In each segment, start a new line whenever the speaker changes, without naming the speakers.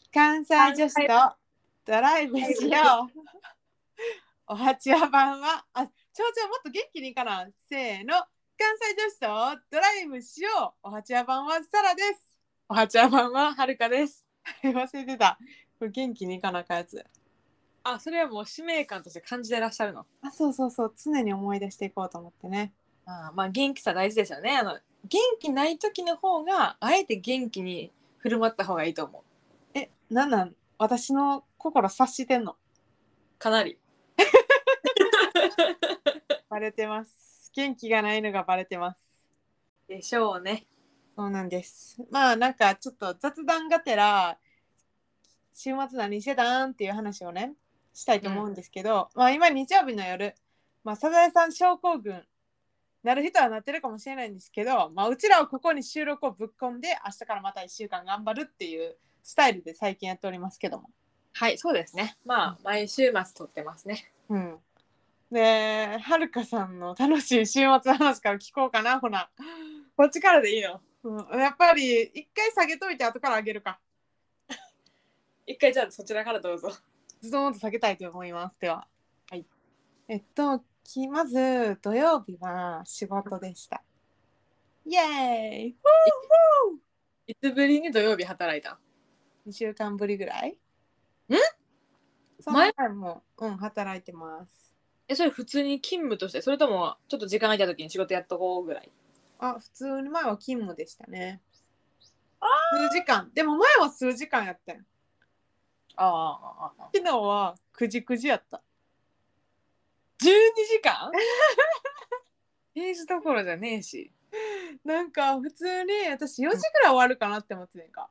関西女子とドライブしよう。おはちわ版は、もっと元気にいいかな。せーの。関西女子とドライブしよう。おはちわ版はサラです。
おはちわ版ははるかです。
忘れてた。これ元気にいかなかやつ。
それはもう使命感として感じてらっしゃるの。
そう。常に思い出していこうと思ってね。
元気さ大事ですよね。元気ない時の方が、あえて元気に振る舞った方がいいと思う。
なん私の心察してんの？
かなり。
バレてます。元気がないのがバレてます。
でしょうね。
そうなんです。なんかちょっと雑談がてら、週末何してたんっていう話をね、したいと思うんですけど、今日曜日の夜、サザエさん症候群なる人はなってるかもしれないんですけど、うちらはここに収録をぶっ込んで明日からまた1週間頑張るっていうスタイルで最近やっておりますけども。
はい、そうですね。毎週末撮ってますね。
で、はるかさんの楽しい週末の話から聞こうかな。ほな、
こっちからでいいの？
やっぱり一回下げといて後から上げるか。
一回じゃあそちらからどうぞ。
ズドーンと下げたいと思います。では。
はい。
まず土曜日は仕事でした。イエーイ。
いつぶりに土曜日働いた
2週間ぶりぐらい？その前も働いてます。
それ普通に勤務として、それともちょっと時間空いた時に仕事やっとこうぐらい？
普通に前は勤務でしたね。数時間。でも前は数時間やったよ。昨日は9時やった。
12時間平時どころじゃねえし。
なんか普通に私4時ぐらい終わるかなって思ってたんか。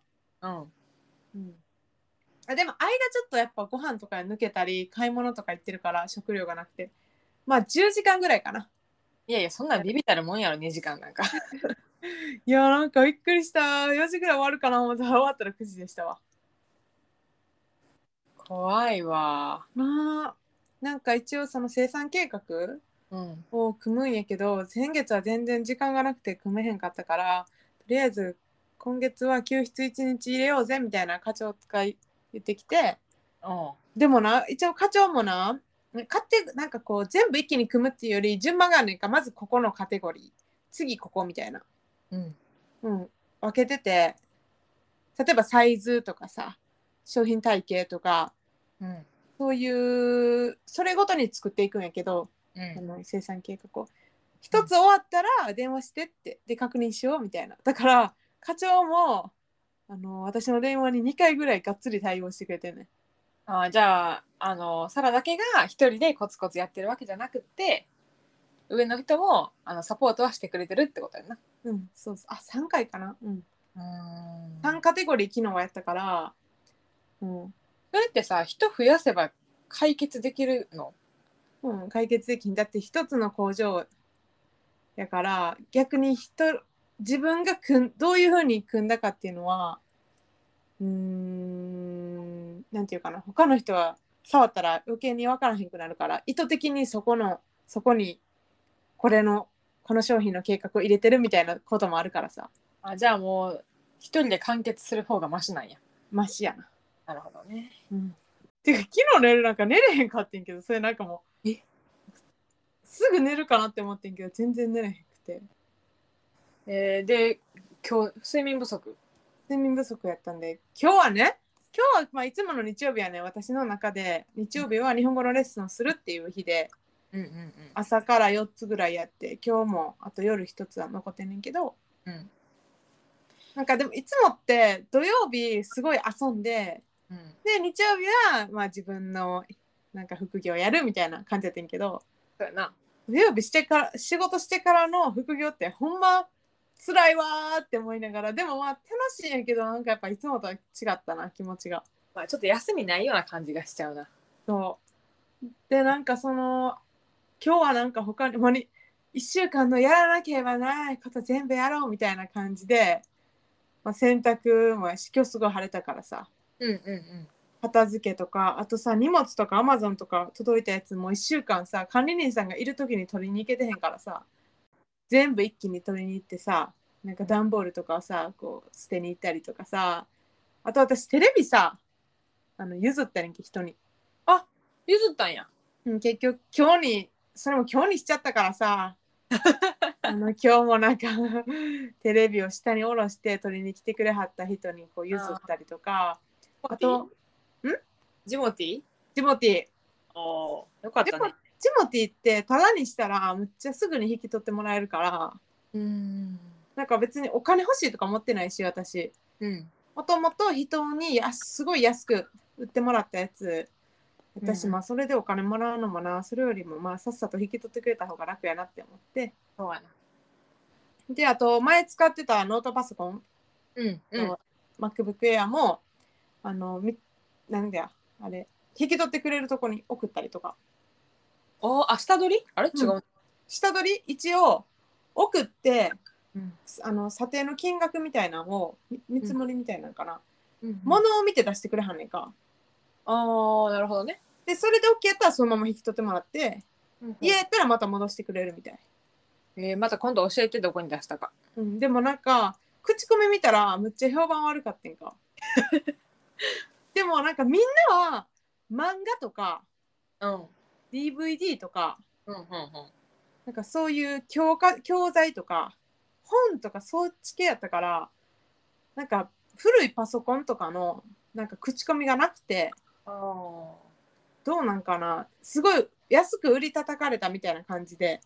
でも間ちょっとやっぱご飯とか抜けたり買い物とか行ってるから食料がなくて10時間ぐらいかな。
いやいや、そんなんビビったるもんやろ、2時間なんか。
いやなんかびっくりした。4時ぐらい終わるかな思ったら終わったら9時でしたわ。
怖いわ。
なんか一応その生産計画を組むんやけど、先月は全然時間がなくて組めへんかったから、とりあえず今月は休日1日入れようぜみたいな課長が言ってきて、でも一応課長も勝手なんかこう全部一気に組むっていうより順番があるんか、まずここのカテゴリー、次ここみたいな、分けてて、例えばサイズとかさ、商品体系とか、そういうそれごとに作っていくんやけど、生産計画を一つ終わったら電話してってで確認しようみたいな。だから課長も私の電話に2回ぐらいがっつり対応してくれてね。
じゃあサラだけが一人でコツコツやってるわけじゃなくて、上の人もサポートはしてくれてるってことやな。
そう3回かな。3カテゴリー昨日はやったから。
それってさ、人増やせば解決できるの？
解決できん。だって一つの工場やから逆に自分がどういうふうに組んだかっていうのはなんていうかな、他の人は触ったら余計に分からへんくなるから、意図的にそこにこの商品の計画を入れてるみたいなこともあるからさ。
じゃあもう一人で完結する方がマシなんや。
マシやな。
なるほどね。
てか昨日寝るなんか寝れへんかってんけど、それなんかもうすぐ寝るかなって思ってんけど全然寝れへんくて。
で今日睡眠不足
やったんで、今日はいつもの日曜日はね、私の中で日曜日は日本語のレッスンをするっていう日で、朝から4つぐらいやって、今日もあと夜1つは残ってんねんけど、なんかでもいつもって土曜日すごい遊んで、で日曜日は自分のなんか副業やるみたいな感じやってんけど、
そうやな。
土曜日仕事してからの副業ってほんま辛いわーって思いながら、でも楽しいんやけど、なんかやっぱいつもとは違ったな、気持ちが。
ちょっと休みないような感じがしちゃうな。
そうで、なんか今日はなんか他に1週間のやらなければないこと全部やろうみたいな感じで、洗濯もやし、今日すごい晴れたからさ、片付けとか、あとさ、荷物とかアマゾンとか届いたやつも1週間さ、管理人さんがいる時に取りに行けてへんからさ、全部一気に取りに行ってさ、なんか段ボールとかをさこう捨てに行ったりとかさ、あと私テレビさ譲ったねんけ人に。
あ、譲ったんや。
結局それも今日にしちゃったからさ今日もなんかテレビを下に下ろして取りに来てくれはった人にこう譲ったりとか、あと
ジモティー。
ジモティ
おー、よかったね。
ジモティってタダにしたらむっちゃすぐに引き取ってもらえるから、なんか別にお金欲しいとか思ってないし、私もともと人にすごい安く売ってもらったやつ、私まあそれでお金もらうのもな、それよりもまあさっさと引き取ってくれた方が楽やなって思って。
そうやな。
で、あと前使ってたノートパソコンと MacBook Air もなんだよあれ引き取ってくれるとこに送ったりとか。
下取りあれ違う。
下取り一応送って、査定の金額みたいなのを見積もりみたいなのかな、物を見て出してくれはんねんか。
なるほどね。
でそれで OK やったらそのまま引き取ってもらって、嫌やったらまた戻してくれるみたい。
また今度教えてどこに出したか。
でもなんか口コミ見たらむっちゃ評判悪かったんかでもなんかみんなは漫画とか、DVD とか、なんかそういう教材とか本とかそっち系やったから、なんか古いパソコンとかのなんか口コミがなくて、どうなんかな、すごい安く売り叩かれたみたいな感じで。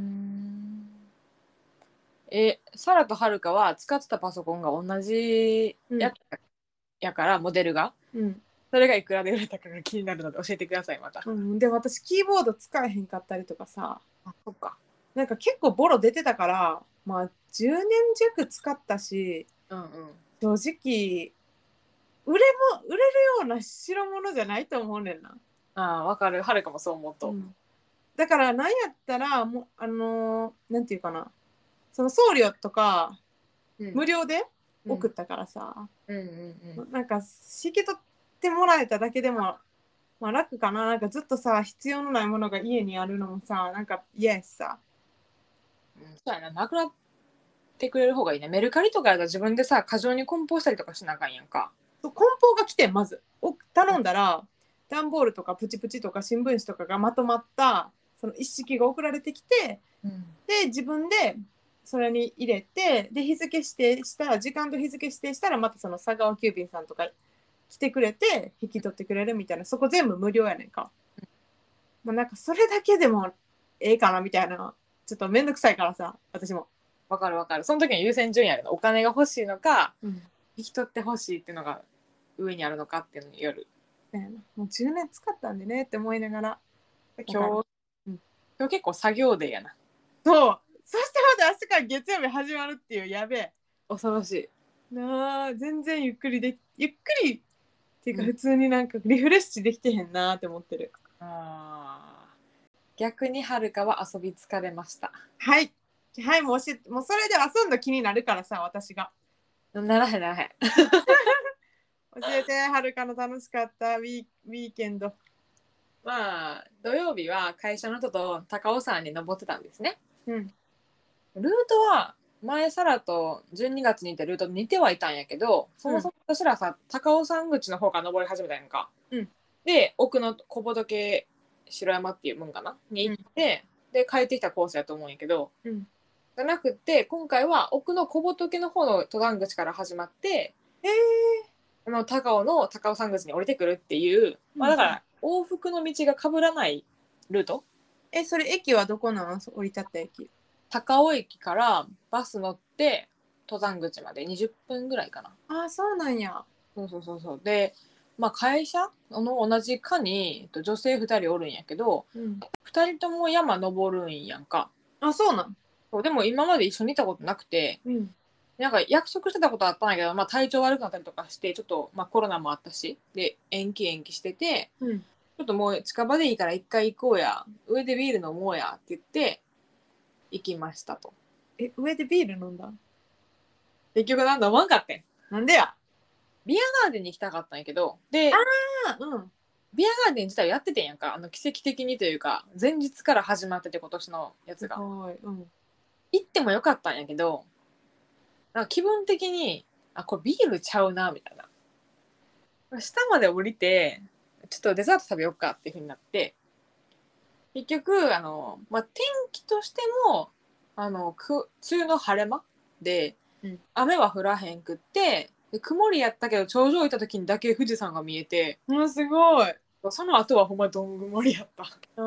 サラとはるかは使ってたパソコンが同じやから、モデルが、それがいくらで売れたかが気になるので教えてくださいまた。
で私キーボード使えへんかったりとかさ、
そっか。
なんか結構ボロ出てたから、まあ10年弱使ったし、正直売れるような代物じゃないと思うねんな。
わかる。はるかもそう思うと。
だからなんやったらもうなんていうかな、その送料とか無料で送ったからさ、なんか引き取ってもらえただけでもまあ楽かな。なんかずっとさ必要のないものが家にあるのもさなんか嫌やしさ。
そうやな、なくなってくれる方がいいね。メルカリとかやったら自分でさ過剰に梱包したりとかしなあかんやんか。
梱包が来てまず頼んだら、段ボールとかプチプチとか新聞紙とかがまとまったその一式が送られてきて、で自分でそれに入れて、で日付指定した時間と日付指定したらまたその佐川急便さんとか来てくれて引き取ってくれるみたいな、そこ全部無料やねんか。もうなんかそれだけでもええかなみたいな、ちょっとめんどくさいからさ私も。
わかるわかる。その時の優先順位あるの。お金が欲しいのか、引き取って欲しいっていうのが上にあるのかっていうのによる。
もう10年使ったんでねって思いながら。
今日結構作業デーやな。
そう。そしてまた明日から月曜日始まるっていう、やべえ。
恐ろしい。
なあ、全然ゆっくりっていうか普通になんかリフレッシュできてへんなって思ってる。
逆にはるかは遊び疲れました。
はい。はい、もうそれで遊んだ気になるからさ、私が。
ならへんならへん。
教えて、はるかの楽しかったウィーケンド。
まあ土曜日は会社の人と高尾山に登ってたんですね。ルートは前サラと12月に行ったルートと似てはいたんやけど、そもそも私らさ、高尾山口の方から登り始めたやんか。で奥の小仏城山っていうもんかなに行って、で帰ってきたコースやと思うんやけど、じゃなくって今回は奥の小仏の方の登山口から始まって、高尾の高尾山口に降りてくるっていう、だから往復の道が被らないルート。
それ駅はどこなの？降り立った駅。
高尾駅からバス乗って登山口まで20分ぐらいかな。
そうなんや。
そうで、会社の同じ課に女性2人おるんやけど、2人とも山登るんやんか。
そうなん。
でも今まで一緒にいたことなくて、なんか約束してたことあったんやけど、体調悪くなったりとかしてちょっと、コロナもあったしで延期してて、ちょっともう近場でいいから一回行こうや、上でビール飲もうやって言って行きましたと。
上でビール飲んだ？
結局なんだ思わんかってん。
なんでや。
ビアガーデンに行きたかったんやけど、でビアガーデン自体やっててんやんか。奇跡的にというか前日から始まってて、今年のやつが、行ってもよかったんやけど、なんか気分的にこれビールちゃうなみたいな。 下まで降りてちょっとデザート食べようかっていう風になって、結局天気としても梅雨の晴れ間で、雨は降らへんくって、で曇りやったけど頂上行った時にだけ富士山が見えて、
すごい。
その後はほんまどん曇りやった。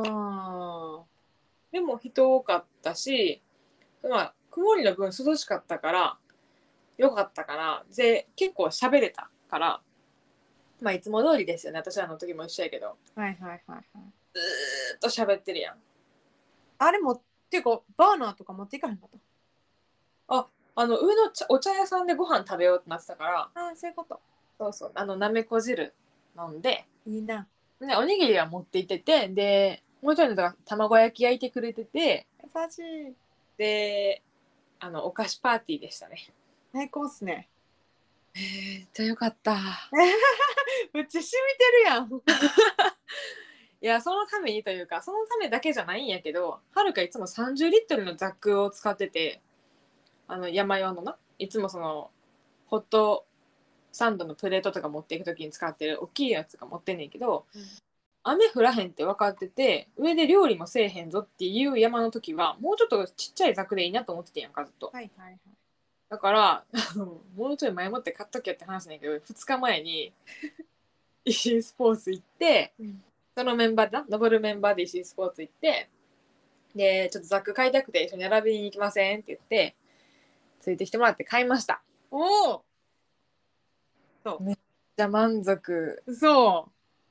でも人多かったし、曇りの分涼しかったからよかったかな。で結構喋れたから、いつも通りですよね。私らの時も一緒やけど、
はいはいはいはい。
ずーっと喋ってるやん。
あれもっていうかバーナーとか持っていかへんかった？
上のお茶屋さんでご飯食べようってなってたから、
そういうこと。
そうそう、なめこ汁飲んで、
いいな。
でおにぎりは持って行ってて、でもう一人の人が卵焼き焼いてくれてて、
優しい。
でお菓子パーティーでしたね。
最高っすね。
めっちゃよかった。
めっちゃ染みてるやん。
いや、そのためにというか、そのためだけじゃないんやけど、はるかいつも30リットルのザックを使ってて、山用のな、いつもそのホットサンドのプレートとか持っていくときに使ってる大きいやつが持ってんねんけど、雨降らへんって分かってて、上で料理もせえへんぞっていう山の時はもうちょっとちっちゃいザクでいいなと思っててんやんか、ずっと。
はいはいはい。
だからもうちょい前もって買っときゃって話なんやけど、2日前に石井スポーツ行って、そのメンバーだ登るメンバーで石井スポーツ行って、でちょっとザック買いたくて一緒に並びに行きませんって言ってついてきてもらって買いました。
おお。
めっちゃ満足。
そう。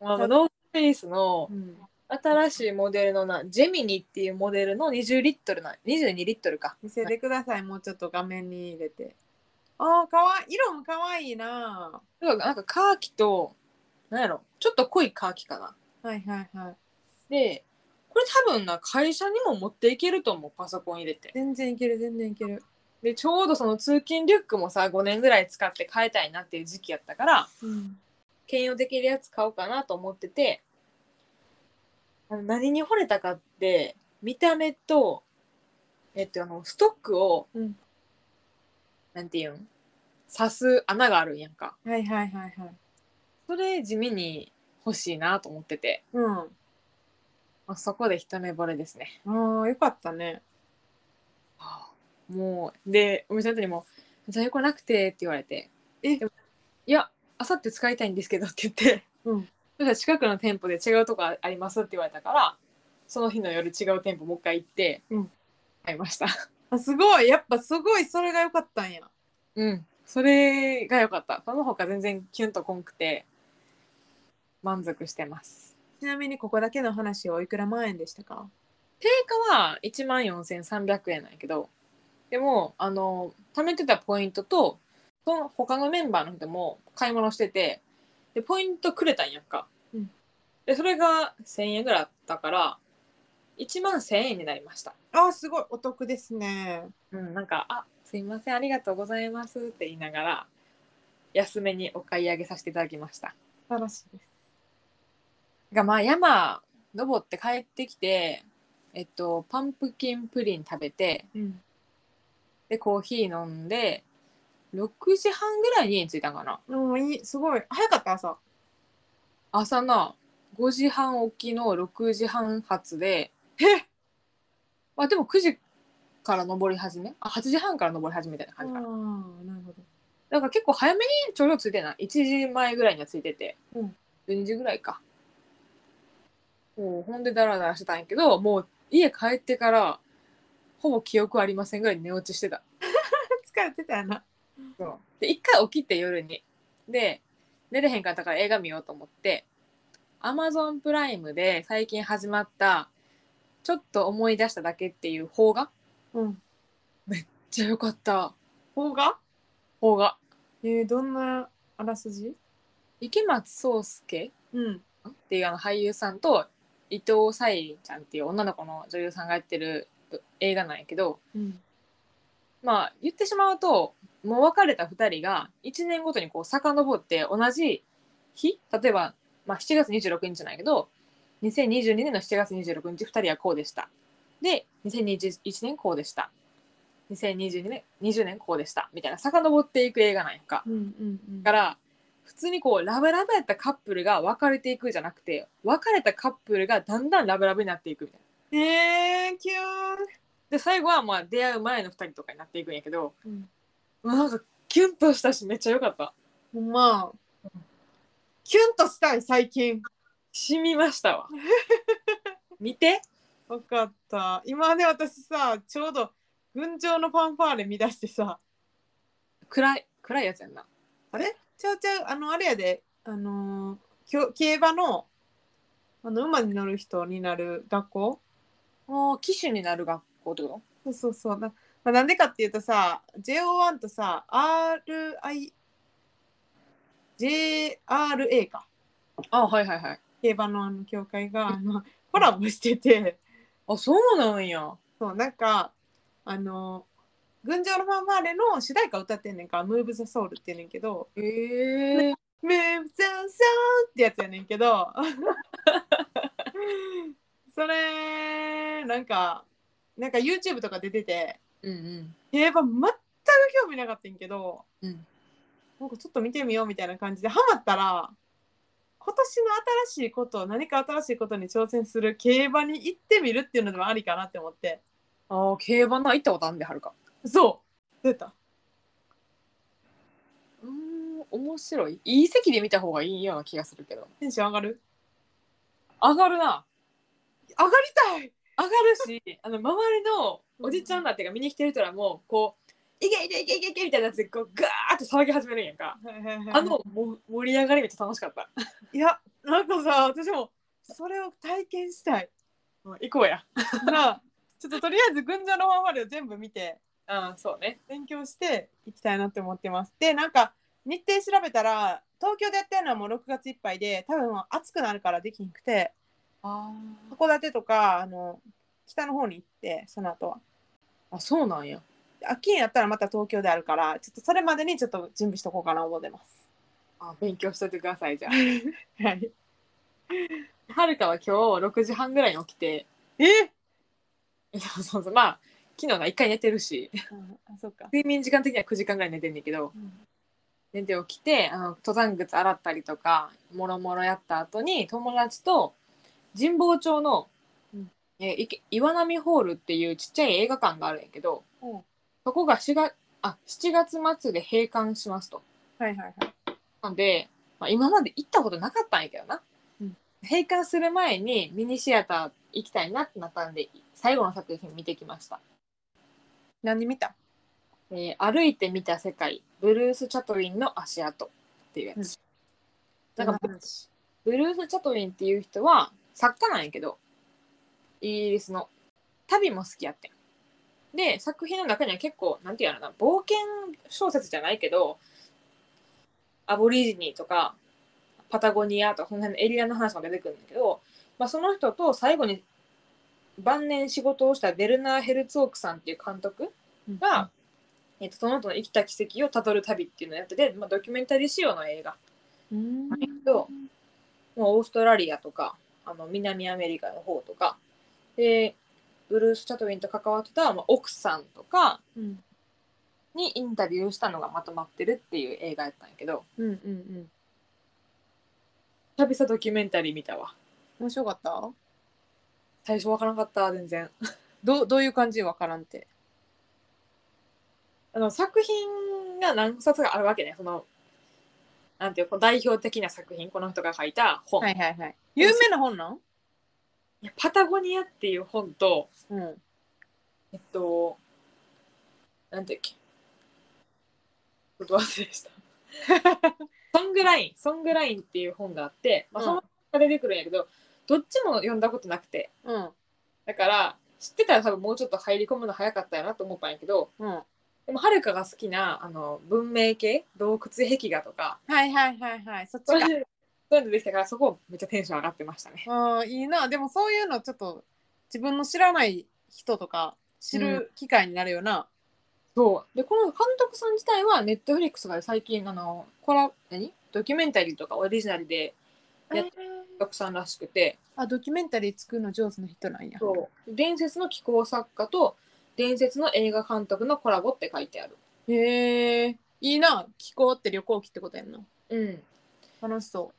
ノースペースの新しいモデルのジェミニっていうモデルの20リットル22リットルか。
見せてください。もうちょっと画面に入れて。ああ、かわいい。色もかわいいな。
なんかカーキと、なんやろ、ちょっと濃いカーキかな。
はいはいはい。
で、これ多分会社にも持っていけると思う、パソコン入れて。
全然いける、全然いける。
で、ちょうどその通勤リュックもさ、5年ぐらい使って変えたいなっていう時期やったから、兼用できるやつ買おうかなと思ってて、何に惚れたかって、見た目と、ストックを、なんていうん刺す穴があるんやんか。
はいはいはいはい。
それ地味に欲しいなと思ってて、そこで一目惚れですね。
ああ、よかったね。
もう、で、お店の人にも、在庫なくてって言われて、いや、あさって使いたいんですけどって言って、そしたら近くの店舗で違うとこありますって言われたから、その日の夜違う店舗もう一回行って、買いました。
すごい、やっぱすごいそれが良かったんや。
それが良かった。その他全然キュンとこんくて、満足してます。
ちなみにここだけの話はおいくら万円でしたか？
定価は14,300円なんやけど、でも貯めてたポイントとその他のメンバーの人も買い物してて、でポイントくれたんやんか、でそれが1,000円ぐらいあったから11,000円になりました。
すごいお得ですね。
なんかすいませんありがとうございますって言いながら安めにお買い上げさせていただきました。
素晴らしいです。
山登って帰ってきてパンプキンプリン食べて、でコーヒー飲んで6時半ぐらいに家に着いたんかな。
すごい早かった。
朝な5時半起きの6時半発で、でも9時から登り始め8時半から登り始めたいな感じかな。なるほど。だから結構早めに頂上着いてない。1時前ぐらいには着いてて、12時ぐらいか。ほんでダラダラしてたんやけど、もう家帰ってからほぼ記憶ありませんぐらい寝落ちしてた。
疲れてたよな。
で一回起きて夜にで寝れへんかったから映画見ようと思って Amazon プライムで最近始まったちょっと思い出しただけっていう邦画、めっちゃよかった。
邦画どんなあらすじ？
池松壮亮っていう俳優さんと伊藤沙莉ちゃんっていう女の子の女優さんがやってる映画なんやけど、言ってしまうともう別れた2人が1年ごとにこう遡って同じ日、例えば、7月26日なんやけど2022年の7月26日2人はこうでした、で2021年こうでした、2022年20年こうでしたみたいな遡っていく映画なんやんか、だから普通にこうラブラブやったカップルが別れていくじゃなくて、別れたカップルがだんだんラブラブになっていくみたいな。
キューン。
で最後はまあ出会う前の2人とかになっていくんやけど、なんかキュンとしたしめっちゃ良かった。
まあキュンとしたい最近。
染みましたわ。見て。
分かった。今ね私さちょうど群青のファンファーレ見出してさ。
暗いやつやんな。
あれちゃうあれやで競馬の馬に乗る人になる学校。
騎手になる学校ってこ
そうまあ、なんでかっていうとさ JO1 とさ JRA か。
はいはいはい。
競馬の協会がコラボしてて。
そうなんや。
そうなんか群青のファンファーレの主題歌歌ってんねんか、ムーブ・ザ・ソウルって言うねんけど、
ムー
ブ・ザ・ソウルってやつやねんけどそれなんか YouTube とか出てて、競馬全く興味なかったんけど、なんかちょっと見てみようみたいな感じでハマったら、今年の新しいこと何か新しいことに挑戦する競馬に行ってみるっていうのでもありかなって思って。
競馬な行ったことあるんではるか。
そう出た。
面白い。いい席で見た方がいいような気がするけど。
テンション上がる？
上がるな。
上がりたい。
上がるし、周りのおじちゃんらっていうか見に来てる人らもこういけいけいけいけいけみたいなやつでこうガーッと騒ぎ始めるんやんか。盛り上がりめっちゃ楽しかった。
いやなんかさ私もそれを体験したい。
行こうや。
なあちょっととりあえず群青のファンファーレを全部見て、
そうね、
勉強していきたいなって思ってます。でなんか日程調べたら東京でやってるのはもう6月いっぱいで多分暑くなるからできなくて、函館とか北の方に行ってその後は。
そうなんや。
秋になったらまた東京であるからちょっとそれまでにちょっと準備しとこうかな思ってます。
勉強しといてくださいじゃあ。
はい。
はるかは今日6時半ぐらいに起きて、そうまあ昨日1回寝てるし、
そうか。
睡眠時間的には9時間ぐらい寝てんねんけど、寝て起きて登山靴洗ったりとかもろもろやった後に友達と神保町の、岩波ホールっていうちっちゃい映画館があるんやけど、そこが7月末で閉館しますと。なんで、今まで行ったことなかったんやけどな、閉館する前にミニシアター行きたいなってなったんで最後の作品見てきました。
何見た？
歩いてみた世界ブルース・チャトウィンの足跡っていうやつ。なんかブルース・チャトウィンっていう人は作家なんやけど、イギリスの旅も好きやってん。で作品の中には結構なんていうのな、冒険小説じゃないけどアボリジニとかパタゴニアとかその辺のエリアの話も出てくるんだけど、その人と最後に晩年仕事をしたベルナー・ヘルツォークさんっていう監督が、その人の生きた軌跡をたどる旅っていうのをやってて、ドキュメンタリー仕様の映画と、オーストラリアとか南アメリカの方とかでブルース・チャトウィンと関わってた、奥さんとかにインタビューしたのがまとまってるっていう映画やったんやけど、久々ドキュメンタリー見たわ。
面白かった？
最初分からなかった全然。
どういう感じ分からんって？
作品が何冊かあるわけね。そのなんていう代表的な作品、この人が書いた本。
有名な本なん？
いやパタゴニアっていう本と、なんていうっけ、ちょっと忘れした。ソングラインっていう本があって、そのが出てくるんやけど、どっちも読んだことなくて、だから知ってたら多分もうちょっと入り込むの早かったやなと思ったんやけど、でもはるかが好きな文明系洞窟壁画とか
そっちか。
そういうのできたから、そこめっちゃテンション上がってましたね。
いいな。でもそういうのちょっと自分の知らない人とか知る機会になるよな。
そうでこの監督さん自体はネットフリックスが最近ドキュメンタリーとかオリジナルでやってる監督さんらしくて、
ドキュメンタリー作るの上手な人なんや。
伝説の気候作家と伝説の映画監督のコラボって書いてある。
へえ、いいな。気候って旅行機ってことやんな。 楽しそ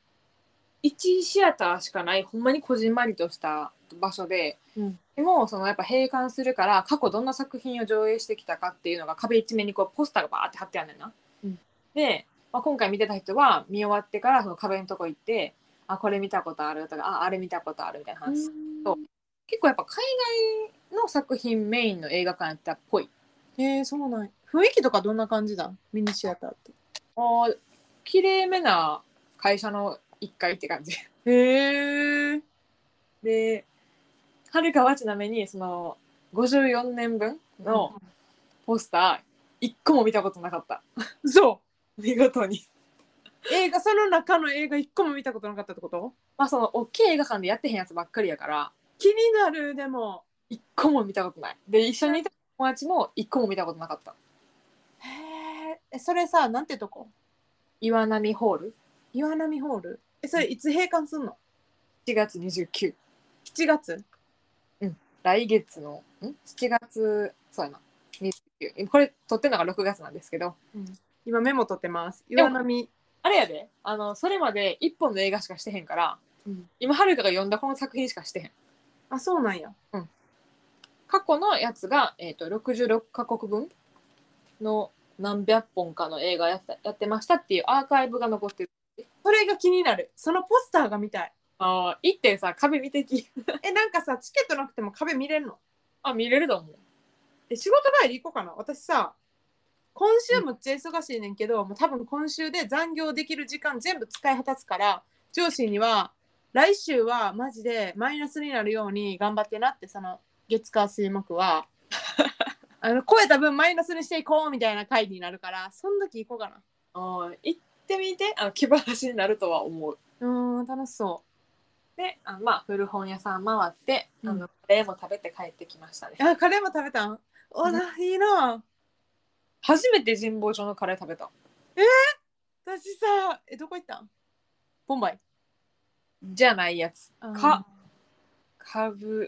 1シアターしかないほんまにこじんまりとした場所で、でもそのやっぱ閉館するから過去どんな作品を上映してきたかっていうのが壁一面にこうポスターがバーって貼ってあるねんな。で、今回見てた人は見終わってからその壁のとこ行ってこれ見たことあるとかあれ見たことあるみたいな話と、結構やっぱ海外の作品メインの映画館やったっぽい。
そうなん。雰囲気とかどんな感じだミニシアターって。
綺麗めな会社の1階って感じ。
へえ。
ではるかはちなみにその54年分のポスター1個も見たことなかった。
そう
見事に
その中の映画1個も見たことなかったってこと？
その大きい映画館でやってへんやつばっかりやから
気になる。でも
1個も見たことない。で一緒にいた友達も1個も見たことなかった。
へえ。それさ、なんてとこ？
岩波ホール。
岩波ホール。それいつ閉館すんの
7月29。
7月？
来月の7月、そうやな、29。これ撮ってるのが6月なんですけど、
今メモ取ってます。岩波。
あれやで、それまで1本の映画しかしてへんから、今はるかが読んだこの作品しかしてへん。
そうなんや。
過去のやつが、66カ国分の何百本かの映画やってましたっていうアーカイブが残ってる。
それが気になる。そのポスターが見たい。
行ってさ、壁見てき。
なんかさ、チケットなくても壁見れるの？
見れると思う。
仕事帰り行こうかな。私さ、今週むっちゃ忙しいねんけど、もう多分今週で残業できる時間全部使い果たすから、上司には来週はマジでマイナスになるように頑張ってなって、その月火水木は超えた分マイナスにしていこうみたいな会になるから、その時行こうかな。
行ってみて。気晴らしになるとは思う。
楽しそう。
で、古本屋さん回って、カレーも食べて帰ってきましたね。
カレーも食べたん？いいな。
初めて神保町のカレー食べた。
私さ、どこ行ったん？ボンバイ
じゃないやつ。かぶ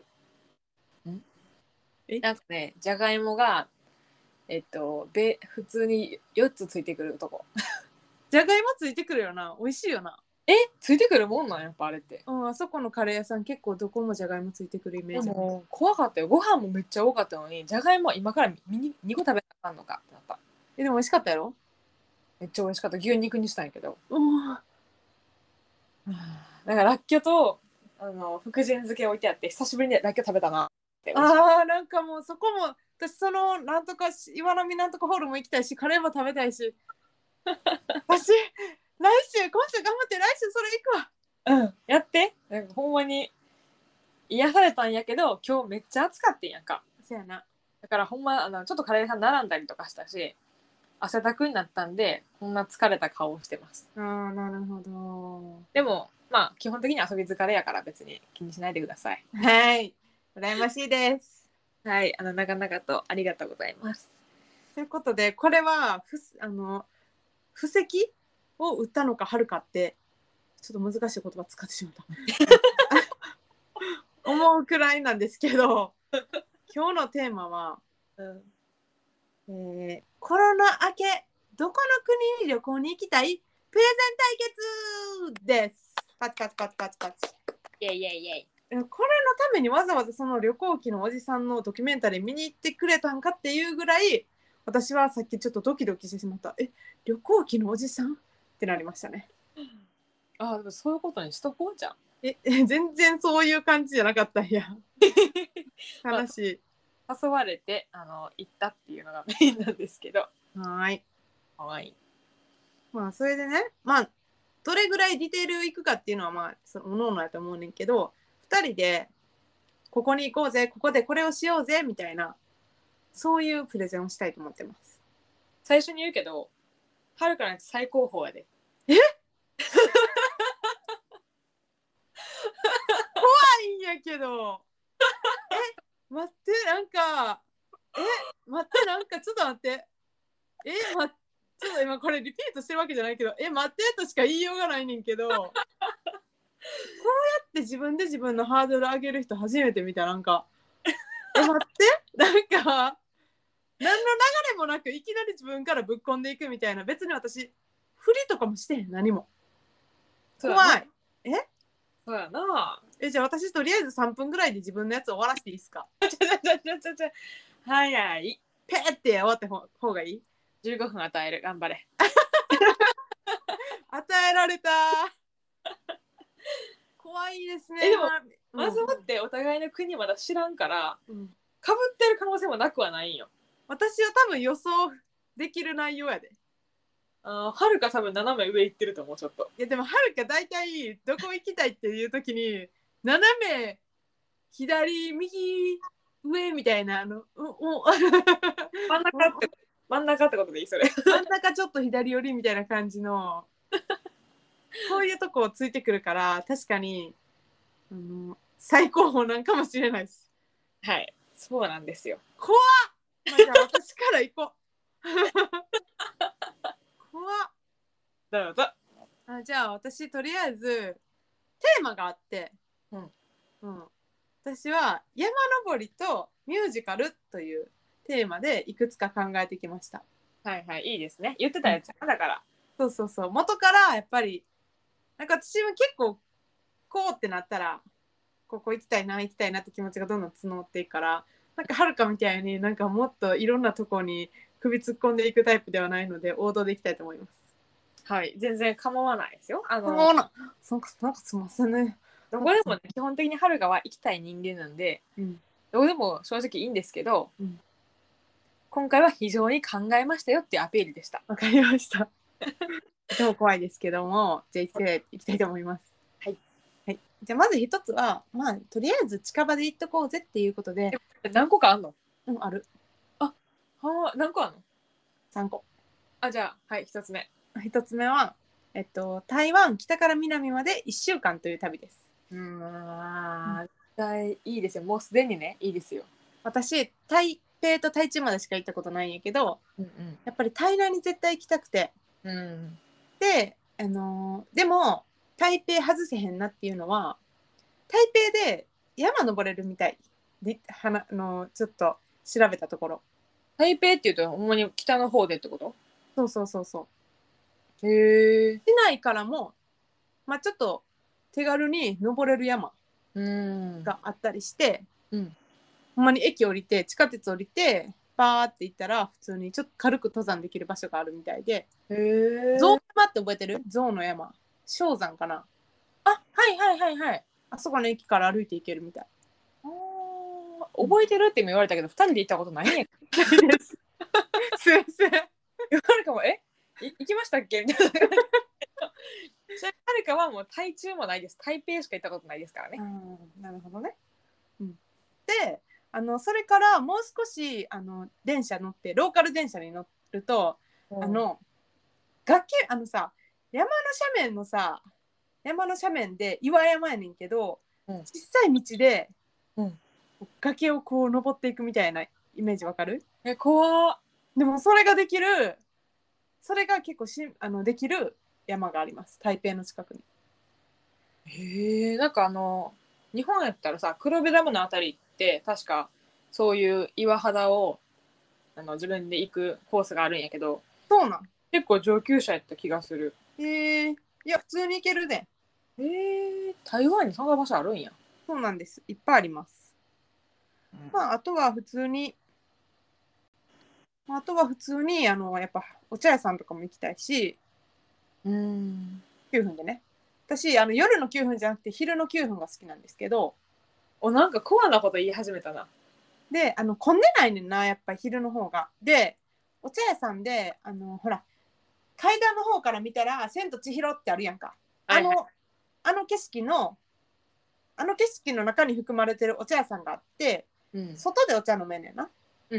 なんかね、じゃがいもが普通に4つついてくるとこ。
じゃがいもついてくるよな。美味しいよな。
ついてくるもんなんやっぱあれって。
あそこのカレー屋さん結構どこもじゃがいもついてくるイメージ。
でも怖かったよ。ご飯もめっちゃ多かったのに、じゃがいもは今から2個食べなあかんのかってなった。
でも美味しかったやろ？
めっちゃ美味しかった。牛肉にしたんやけど。
だ
かららっきょと福神漬け置いてあって、久しぶりにらっきょ食べたなって。
なんかもうそこも私そのなんとか岩波なんとかホールも行きたいし、カレーも食べたいし私今週頑張って、来週それ行く
わ。やって。なんかほんまに癒されたんやけど、今日めっちゃ暑かったんやんか。
そうやな。
だからほんまちょっとカレー屋さん並んだりとかしたし、汗だくになったんでこんな疲れた顔をしてます。
なるほど。
でも基本的に遊び疲れやから別に気にしないでください。
はい、羨ましいです。
はい、長々とありがとうございます。
ということで、これは布石を打ったのかはるかってちょっと難しい言葉使ってしまった思うくらいなんですけど、今日のテーマは、コロナ明けどこの国に旅行に行きたいプレゼン対決です。パチパチパチパチパチ。
イエイイエイイエイ。
これのためにわざわざその旅行記のおじさんのドキュメンタリー見に行ってくれたんかっていうぐらい、私はさっきちょっとドキドキしてしまった。旅行記のおじさんってなりましたね。
でもそういうことにしとこうじゃん。
全然そういう感じじゃなかったんや悲しい。
誘われて行ったっていうのがメインなんですけど。
はい。
ま
あそれでね、どれぐらいディテールいくかっていうのはそのおのおのやと思うねんけど、2人でここに行こうぜ、ここでこれをしようぜみたいな、そういうプレゼンをしたいと思ってます。
最初に言うけど、はるかのやつ最高峰やで。
怖いんやけど待ってなんかちょっと待ってちょっと今これリピートしてるわけじゃないけど待ってとしか言いようがないねんけどこうやって自分で自分のハードル上げる人初めて見た。なんか待ってなんか何の流れもなくいきなり自分からぶっこんでいくみたいな。別に私振りとかもしてへん。何も怖い。
そうやな。
じゃあ私とりあえず3分ぐらいで自分のやつ終わらせていいですか？
早い。
ペーって終わった方がいい
？15分与える。頑張れ。
与えられた。怖いですね。
でもまずもってお互いの国まだ知らんから、かぶってる可能性もなくはないんよ。
私は多分予想できる内容やで。
はるか多分斜め上行ってると思う、ちょっと。
いやでもはるか大体どこ行きたいっていう時に斜め左右上みたいな
真ん中ってことでいいそれ。
真ん中ちょっと左寄りみたいな感じのこういうとこをついてくるから確かに最高峰なんかもしれないです。
はい、そうなんですよ。
怖っ、じゃあ私から行こう。怖っ。
どうぞ。
じゃあ私とりあえずテーマがあって、私は山登りとミュージカルというテーマでいくつか考えてきました。
はいはい、いいですね。言ってたやつだから。
そう元からやっぱりなんか私も結構こうってなったらここ行きたいなって気持ちがどんどん募っていくから、なんかはるかみたいになんかもっといろんなとこに首突っ込んでいくタイプではないので王道でいきたいと思います。
はい、全然構わないですよ。
なんかすいませんね。
どこでもね、基本的にはるかは行きたい人間なんで、どこでも正直いいんですけど、今回は非常に考えましたよっていうアピールでした。
わかりました。でも怖いですけども、じゃあ行きたいと思います。
はい。
はい。じゃあまず一つは、とりあえず近場で行っとこうぜっていうことで。
何個かあんの？
ある。
何個あんの
？3個。
じゃあ、はい、一つ目。
一つ目は、台湾北から南まで1週間という旅です。
いいですよ。もうすでにね、いいですよ。
私、台北と台中までしか行ったことないんやけど、やっぱり台南に絶対行きたくて。で、でも、台北外せへんなっていうのは、台北で山登れるみたいで、ちょっと調べたところ。
台北っていうと、ほんまに北の方でってこと？
そう。
へえ。
市内からも、ちょっと手軽に登れる山があったりして、ほんまに駅降りて地下鉄降りてバーって行ったら普通にちょっと軽く登山できる場所があるみたいで。象山って覚えてる？象の山、象山かな。
はい。
あそこの駅から歩いて行けるみたい。
覚えてるって今言われたけど、2人で行ったことないんや。
ないです。すいません。
言われるかも、行きましたっけみたいな。はるかはもう台中もないです。台北しか行ったことないですからね。
なるほどね。で、それからもう少し電車乗ってローカル電車に乗ると、崖さ山の斜面で岩山やねんけど、小さい道で、崖をこう登っていくみたいなイメージわかる？
怖っ。
でもそれが結構できる山があります、台北の近くに。
へえ。なんか日本やったらさ、黒部ダムのあたりって確かそういう岩肌を自分で行くコースがあるんやけど。
そうなん？
結構上級者やった気がする。
いや普通に行けるね。
台湾にそんな場所あるんや。
そうなんです、いっぱいあります。あとは普通にやっぱお茶屋さんとかも行きたいし、9分でね。私夜の9分じゃなくて昼の9分が好きなんですけど。
なんかコアなこと言い始めたな。
で混んでないねんな、やっぱり昼の方が。でお茶屋さんでほら階段の方から見たら千と千尋ってあるやんか。あの景色の中に含まれてるお茶屋さんがあって、外でお茶飲めんねんな。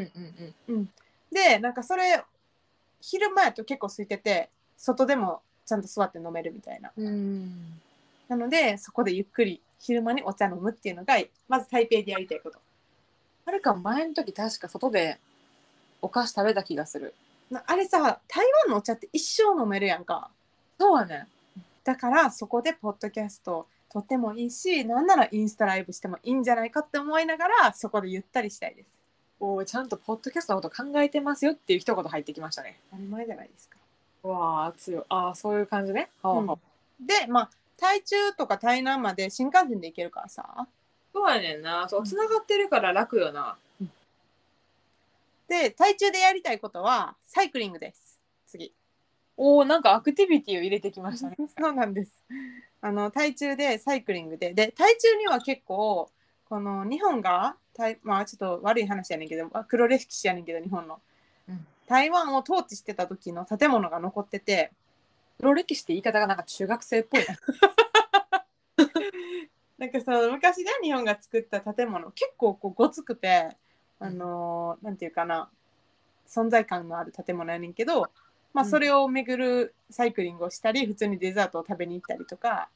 でなんかそれ昼間やと結構空いてて外でもちゃんと座って飲めるみたいな。なのでそこでゆっくり昼間にお茶飲むっていうのがまず台北でやりたいこと。
あれか、前の時確か外でお菓子食べた気がする。
あれさ、台湾のお茶って一生飲めるやんか。
そうやね。
だからそこでポッドキャストとってもいいし、なんならインスタライブしてもいいんじゃないかって思いながらそこでゆったりしたいです。
ちゃんとポッドキャストのこと考えてますよっていう一言入ってきましたね。
当たり前じゃないですか。
わあ、強い。そういう感じね。
で台中とか台南まで新幹線で行けるからさ。
そうやねんな。そう、繋がってるから楽よな。
で、台中でやりたいことはサイクリングです。次。
おお、なんかアクティビティを入れてきましたね。
そうなんです。台中でサイクリングで、台中には結構、この日本が、まあちょっと悪い話やねんけど、黒歴史やねんけど、日本の。台湾を統治してた時の建物が残ってて、
黒歴史って言い方がなんか中学生っぽいな。
なんか昔ね、日本が作った建物、結構こうごつくて、なんていうかな、存在感のある建物やねんけど、まあそれを巡るサイクリングをしたり、普通にデザートを食べに行ったりとか。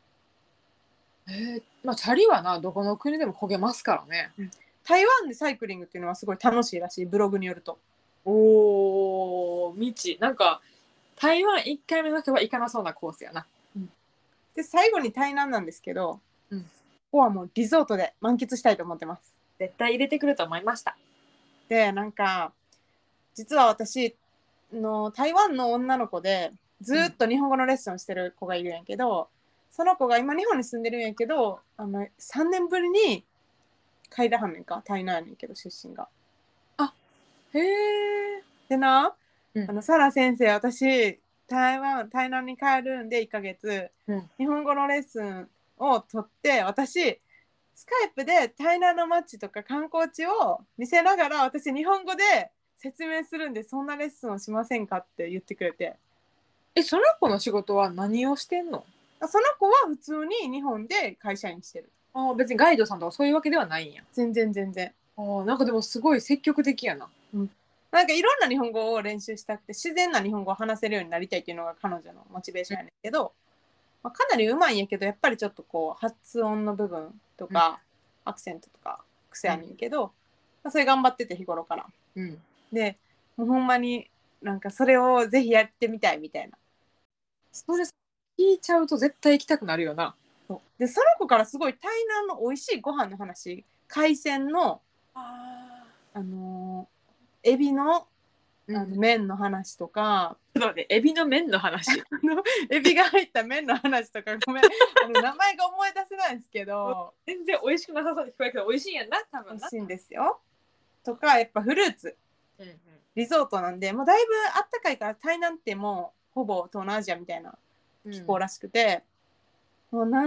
まあチャリはな、どこの国でも焦げますからね。
台湾でサイクリングっていうのはすごい楽しいらしい、ブログによると。
おお、未知。なんか台湾1回目の人は行かなそうなコースやな。
で、最後に台南なんですけど、ここはもうリゾートで満喫したいと思ってます。
絶対入れてくると思いました。
で、なんか、実は私の台湾の女の子で、ずっと日本語のレッスンをしてる子がいるんやけど、その子が今日本に住んでるんやけど、3年ぶりに帰らはんねんか、台南やねんけど、出身が。
あ、へえ。
でな、サラ先生、私、台南に帰るんで1ヶ月、日本語のレッスンを取って、私、スカイプで台南の街とか観光地を見せながら、私、日本語で説明するんで、そんなレッスンをしませんかって言ってくれて。
その子の仕事は何をしてんの？
その子は普通に日本で会社員してる。
別にガイドさんとかそういうわけではないんや。
全然。
なんかでもすごい積極的やな。
なんかいろんな日本語を練習したくて、自然な日本語を話せるようになりたいっていうのが彼女のモチベーションやねんけど、まあ、かなりうまいんやけど、やっぱりちょっとこう発音の部分とか、アクセントとか癖やねんけど、まあ、それ頑張ってて日頃から。で、もうほんまになんかそれをぜひやってみたいみたいな。
それ聞いちゃうと絶対行きたくなるよな。
で、その子からすごい台南の美味しいご飯の話、海鮮のエビの麺の話とか、
エビの麺の話。
エビが入った麺の話とか、ごめん、名前が思い出せないんですけど、
全然美味しくなさそうに聞こえるけど美味しいんやんな、多分な。
美味しいんですよ。とか、やっぱフルーツ、リゾートなんで、もうだいぶあったかいから、台南ってもうほぼ東南アジアみたいな気候らしくて、もうと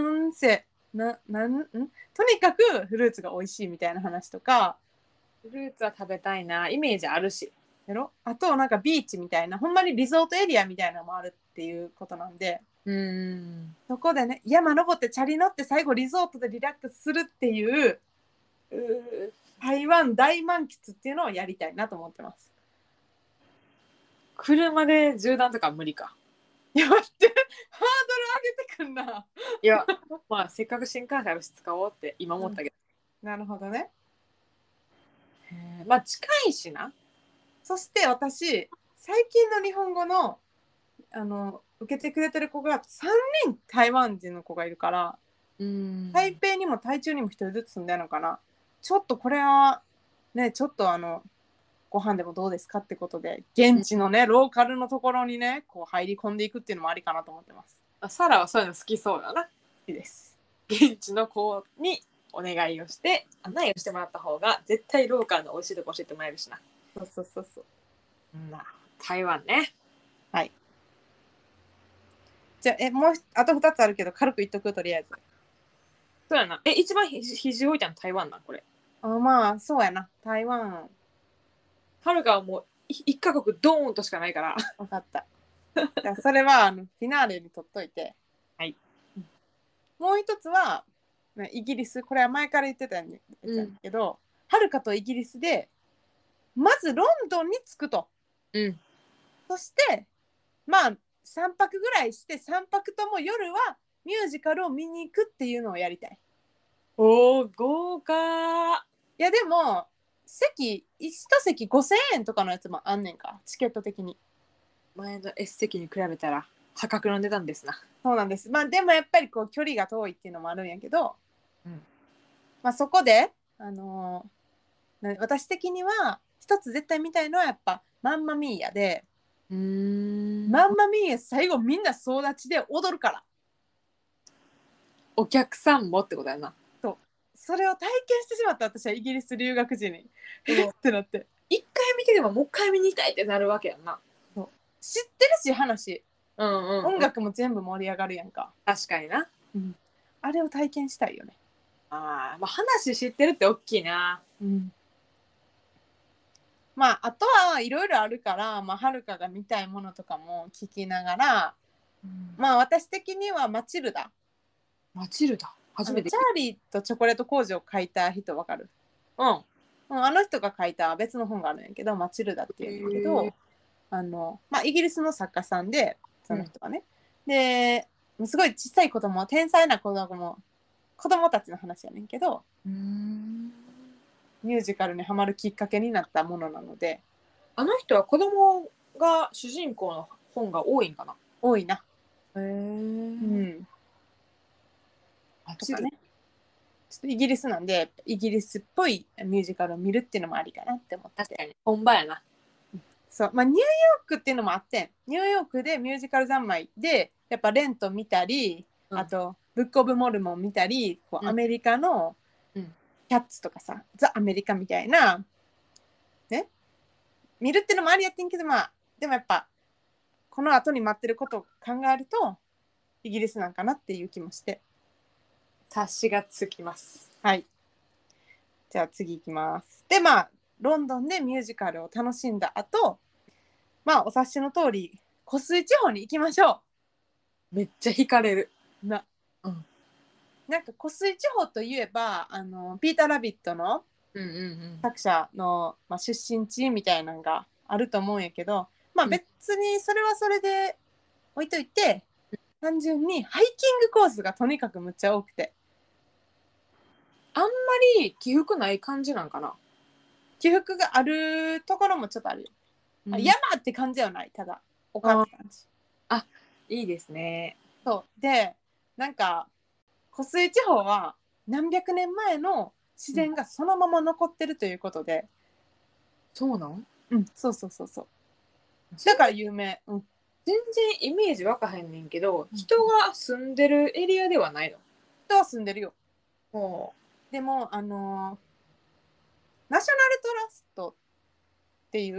にかくフルーツが美味しいみたいな話とか。
フルーツは食べたいな、イメージあるし。
あとなんかビーチみたいな、ほんまにリゾートエリアみたいなのもあるっていうことなんで、そこでね、山登ってチャリ乗って最後リゾートでリラックスするっていう台湾大満喫っていうのをやりたいなと思ってます。
車で縦断とか無理か。
いや待って、ハードル上げてくんな。
いやまあせっかく新幹線あるし使おうって今思ったけ
ど、なるほどね。
まあ近いしな。
そして私、最近の日本語の受けてくれてる子が3人台湾人の子がいるから、台北にも台中にも1人ずつ住んでるのかな。ちょっとこれはね、ちょっとご飯でもどうですかってことで、現地のね、ローカルのところにね、こう入り込んでいくっていうのもありかなと思ってます。
サラはそういうの好きそうだな。好
きです。
現地の子にお願いをして案内をしてもらった方が絶対ローカルの美味しいとこ教えてもらえるしな。
そう。
台湾ね。
はい。じゃあもうあと2つあるけど軽く言っとく、とりあえず。
そうやな。一番肘置いたの台湾なんこれ。
まあそうやな、台湾。
はるかはもう1カ国ドーンとしかないから。
分かった。じゃそれはフィナーレに取っといて。
はい。
もう一つはイギリス、これは前から言ってたんだけど、はるかとイギリスでまずロンドンに着くと。そしてまあ3泊ぐらいして、3泊とも夜はミュージカルを見に行くっていうのをやりたい。
おー、豪華。
いやでも1席5000円とかのやつもあんねんか、チケット的に。
前の S 席に比べたら破格の値段ですな。
そうなんです。まあでもやっぱりこう距離が遠いっていうのもあるんやけど、まあそこで私的には一つ絶対見たいのはやっぱマンマミーヤで、マンマミーヤ最後みんな総立ちで踊るから。
お客さんもってことやな。
そうそれを体験してしまった。私はイギリス留学時にってなって、
一回見てでももう一回見に行きたいってなるわけやんな。
そう知ってるし話、
うんうん、
音楽も全部盛り上がるやんか。
確かにな。
あれを体験したいよね。
まあ話知ってるって大きいな。
まああとはいろいろあるから、まあ、はるかが見たいものとかも聞きながら、まあ私的にはマチルダ。
マチルダ初めて
チャーリーとチョコレート工場を書いた人わかる？
うん。
あの人が書いた別の本があるんやけど、マチルダっていうんだけど、まあ、イギリスの作家さんで、その人がね。ですごい小さい子供、天才な子供たちの話やねんけど、ミュージカルにハマるきっかけになったものなので。
あの人は子供が主人公の本が多いんかな。
多いな。
へえ。
とかね。ちょっとイギリスなんで、イギリスっぽいミュージカルを見るっていうのもありかなって思って。
確かに本場やな。
そう、まあニューヨークっていうのもあって、ニューヨークでミュージカル三昧でやっぱレント見たり、あとブック・オブ・モルモン見たり、こうアメリカのキャッツとかさ、ザ・アメリカみたいなね、見るっていうのもありやってんけど、まあでもやっぱこの後に待ってることを考えるとイギリスなんかなっていう気もして。
察しがつきます。
はい。じゃあ次いきます。でまあロンドンでミュージカルを楽しんだ後、まあお察しの通り湖水地方に行きましょ
めっちゃ惹かれる。
なんか湖水地方といえばピーター・ラビットの作者の、まあ、出身地みたいなのがあると思うんやけど、まあ別にそれはそれで置いといて、単純にハイキングコースがとにかくむっちゃ多くて、
あんまり起伏ない感じなんかな。
起伏があるところもちょっとあるよ。山って感じではない、ただ丘って感じ。
いいですね。
そうで、なんか湖水地方は何百年前の自然がそのまま残ってるということで、
そうなん？
そうだから有名。
全然イメージわかへんねんけど、人が住んでるエリアではないの？
人は住んでるよ。でもナショナルトラストっていう、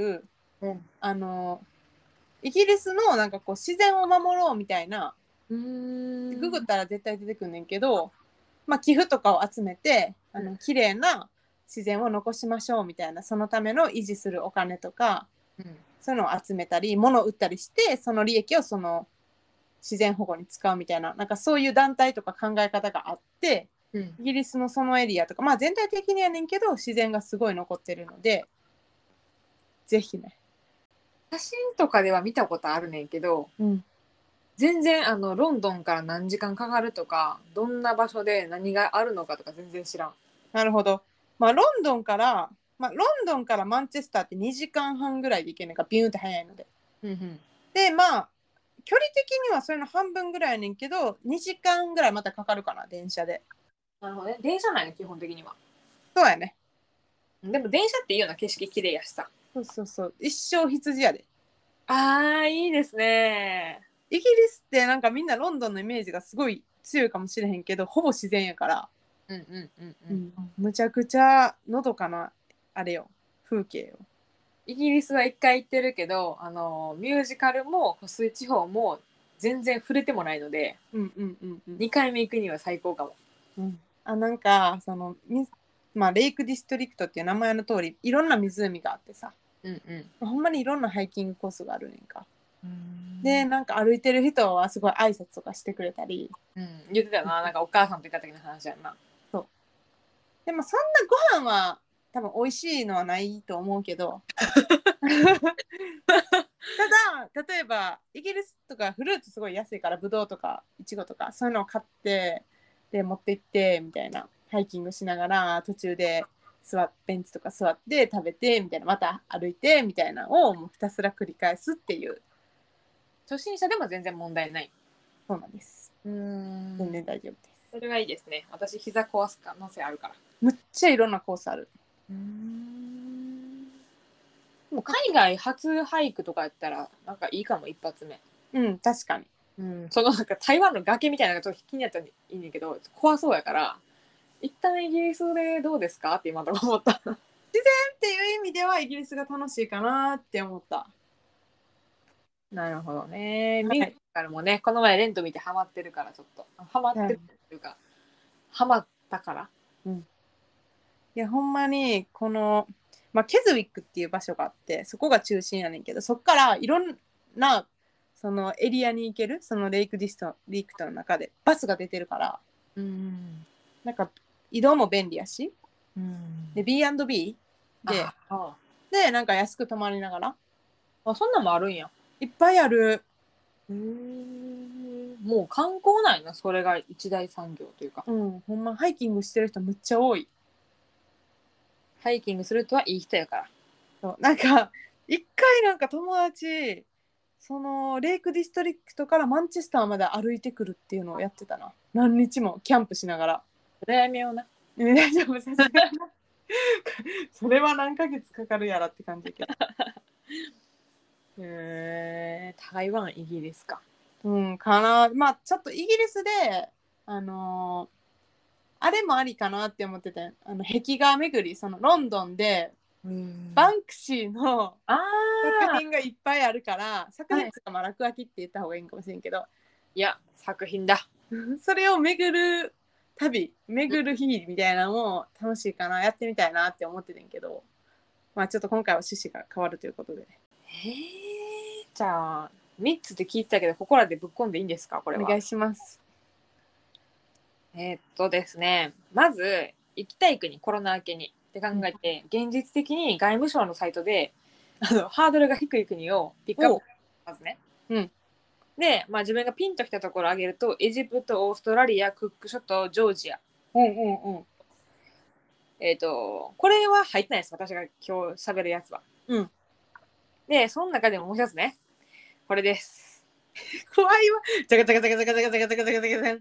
イギリスのなんかこう自然を守ろうみたいな、ググったら絶対出てくんねんけど、まあ、寄付とかを集めて綺麗な自然を残しましょうみたいな、そのための維持するお金とか、そういうのを集めたり物を売ったりして、その利益をその自然保護に使うみたいな、なんかそういう団体とか考え方があって、イギリスのそのエリアとか、まあ全体的にやねんけど自然がすごい残ってるので、ぜひね。
写真とかでは見たことあるねんけど、全然ロンドンから何時間かかるとか、どんな場所で何があるのかとか全然知らん。
なるほど。まあロンドンからマンチェスターって2時間半ぐらいで行けるのか、ビューンって早いので。でまあ距離的にはそれの半分ぐらいやねんけど、2時間ぐらいまたかかるかな、電車で。
なるほどね。電車なんや、基本的には。
そうやね。
でも電車っていいような、景色綺麗やしさ。
そう一生羊やで。
いいですね。
イギリスってなんかみんなロンドンのイメージがすごい強いかもしれへんけど、ほぼ自然やから、むちゃくちゃのどかなあれよ、風景よ。
イギリスは一回行ってるけど、ミュージカルも湖水地方も全然触れてもないので、2回目行くには最高かも。
なんかまあ、レイクディストリクトっていう名前の通りいろんな湖があってさ、ほんまにいろんなハイキングコースがあるねんか。でなんか歩いてる人はすごい挨拶とかしてくれたり、
言ってたな、なんかお母さんと行った時の話やんな。
そうでもそんなご飯は多分美味しいのはないと思うけどただ例えばイギリスとかフルーツすごい安いから、ブドウとかイチゴとかそういうのを買ってで持って行ってみたいな、ハイキングしながら途中でベンチとか座って食べてみたいな、また歩いてみたいなのをもうひたすら繰り返すっていう。
初心者でも全然問題ない。
そうなんです。全然大丈夫です。
それがいいですね。私膝壊す可能性あるから。
むっちゃいろんなコースある。
もう海外初ハイクとかやったらなんかいいかも、一発目。
確かに。
うん、そのなんか台湾の崖みたいなのがちょっと気になったらいいねんけど怖そうやから一旦イギリスでどうですかって今のとこ思った。
っていう意味ではイギリスが楽しいかなって思った。
なるほどね。ミュージ
はい。
カルもね、この前レント見てハマってるからちょっと。ハマってるっていうか、ハマったから。
うん。いやほんまにこの、まあ、ケズウィックっていう場所があってそこが中心やねんけどそこからいろんなそのエリアに行けるそのレイクトンの中でバスが出てるから
うん。
なんか移動も便利やし
うん。
で B&B で
あ
なんか安く泊まりながら
あ、そんなんもあるんや。
いっぱいある。
もう観光なんやな、それが一大産業というか。
うん、ほんまハイキングしてる人むっちゃ多い。
ハイキングするとはいい人やから。
そうなんか一回なんか友達そのレイクディストリクトからマンチェスターまで歩いてくるっていうのをやってたな。何日もキャンプしながら。
羨みような。
大丈夫さすがにそれは何ヶ月かかるやらって感じだけど。
台湾、イギリスか。
うんかな。まあちょっとイギリスであのーあれもありかなって思ってて壁画巡りそのロンドンでバンクシーの
あ
作
あ、
品がいっぱいあるから作
はい。
品とかまあ落書きって言った方がいいかもしれんけど
いや、作品だ。
それを巡る巡る日みたいなのも楽しいかなやってみたいなって思っててんけどまあちょっと今回は趣旨が変わるということで
じゃあ、3つって聞いてたけど、ここらでぶっ込んでいいんですか、これは。
お願いします。
ですね、まず、行きたい国、コロナ明けにって考えて、現実的に外務省のサイトで、ハードルが低い国をピックアップしますね。
うん。
で、まあ自分がピンときたところを挙げると、エジプト、オーストラリア、クック諸島、ジョージア。
うんうんうん。
これは入ってないです、私が今日喋るやつは。
うん。
で、その中でももう一つね、これです。
怖いわ。ジャカジャカジャカジャカジャカジャカジャカジャカジャカジャカ。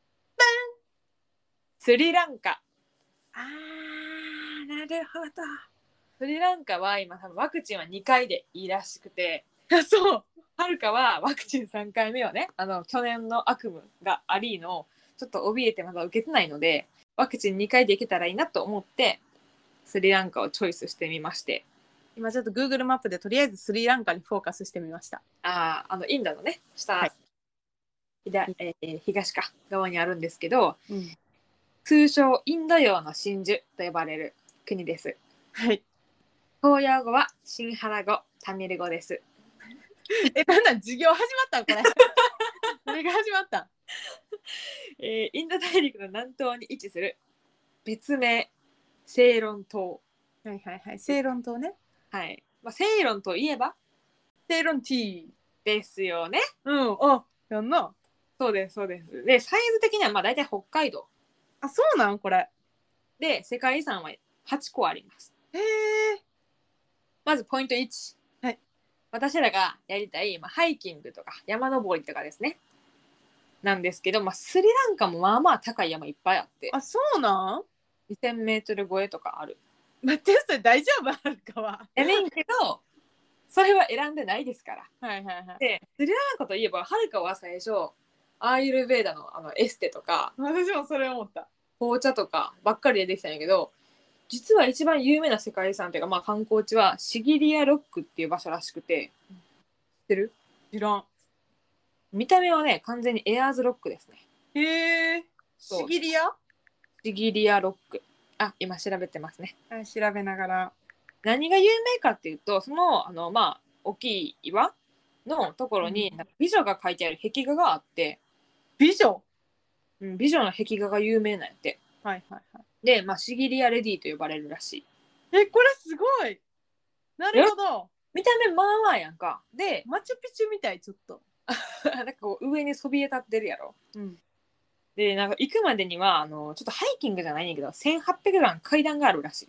スリランカ。
あー、なるほど。
スリランカは今多分ワクチンは2回でいいらしくて、
あ、そう。
はるかはワクチン3回目はね、去年の悪夢がありの、ちょっと怯えてまだ受けてないので、ワクチン2回でいけたらいいなと思って、スリランカをチョイスしてみまして。
今ちょっと Google マップでとりあえずスリランカにフォーカスしてみました。
インドのね、下、
はい
東か側にあるんですけど、
うん、
通称インド洋の真珠と呼ばれる国です。
はい。
公用語はシンハラ語、タミル語です。
なんなん授業始まったんこれ。何が始まったん
インド大陸の南東に位置する別名セイロン島。
はいはいはい。セイロン島ね。
はい。まあ、セイロンといえば
セイロンティー。
ですよね。
うん。あ、やんな。
そうです、そうです。で、サイズ的にはまあ大体北海道。
あ、そうなんこれ。
で、世界遺産は8個あります。
へえ。
まずポイント1。
はい。
私らがやりたい、ハイキングとか山登りとかですね。なんですけど、スリランカもまあまあ高い山いっぱいあって、
あ、そうなん
2000メートル超えとかある。
待って、それ大丈夫あるかは。
やねんけど、それは選んでないですから。
はいはいはい。
で、スリランカといえば、はるかは最初、アーユルヴェーダのエステとか、
私もそれ思った。
紅茶とかばっかりでできたんやけど、実は一番有名な世界遺産というか、観光地はシギリアロックっていう場所らしくて、知ってる？
知らん。
見た目はね、完全にエアーズロックですね。
へえ。シギリア
シギリアロック。あ、今調べてますね。
調べながら。
何が有名かっていうと、その、大きい岩のところに、美女が描いてある壁画があって、
美女
美女の壁画が有名なんやって。
はいはいはい。
で、シギリアレディと呼ばれるらしい。
これすごい。なるほど。
見た目まあまあやんか。で、
マチュピチュみたい、ちょっと。
なんかこう上にそびえ立ってるやろ。
うん。
で、なんか行くまでには、ちょっとハイキングじゃないんだけど、1800段階段があるらしいです。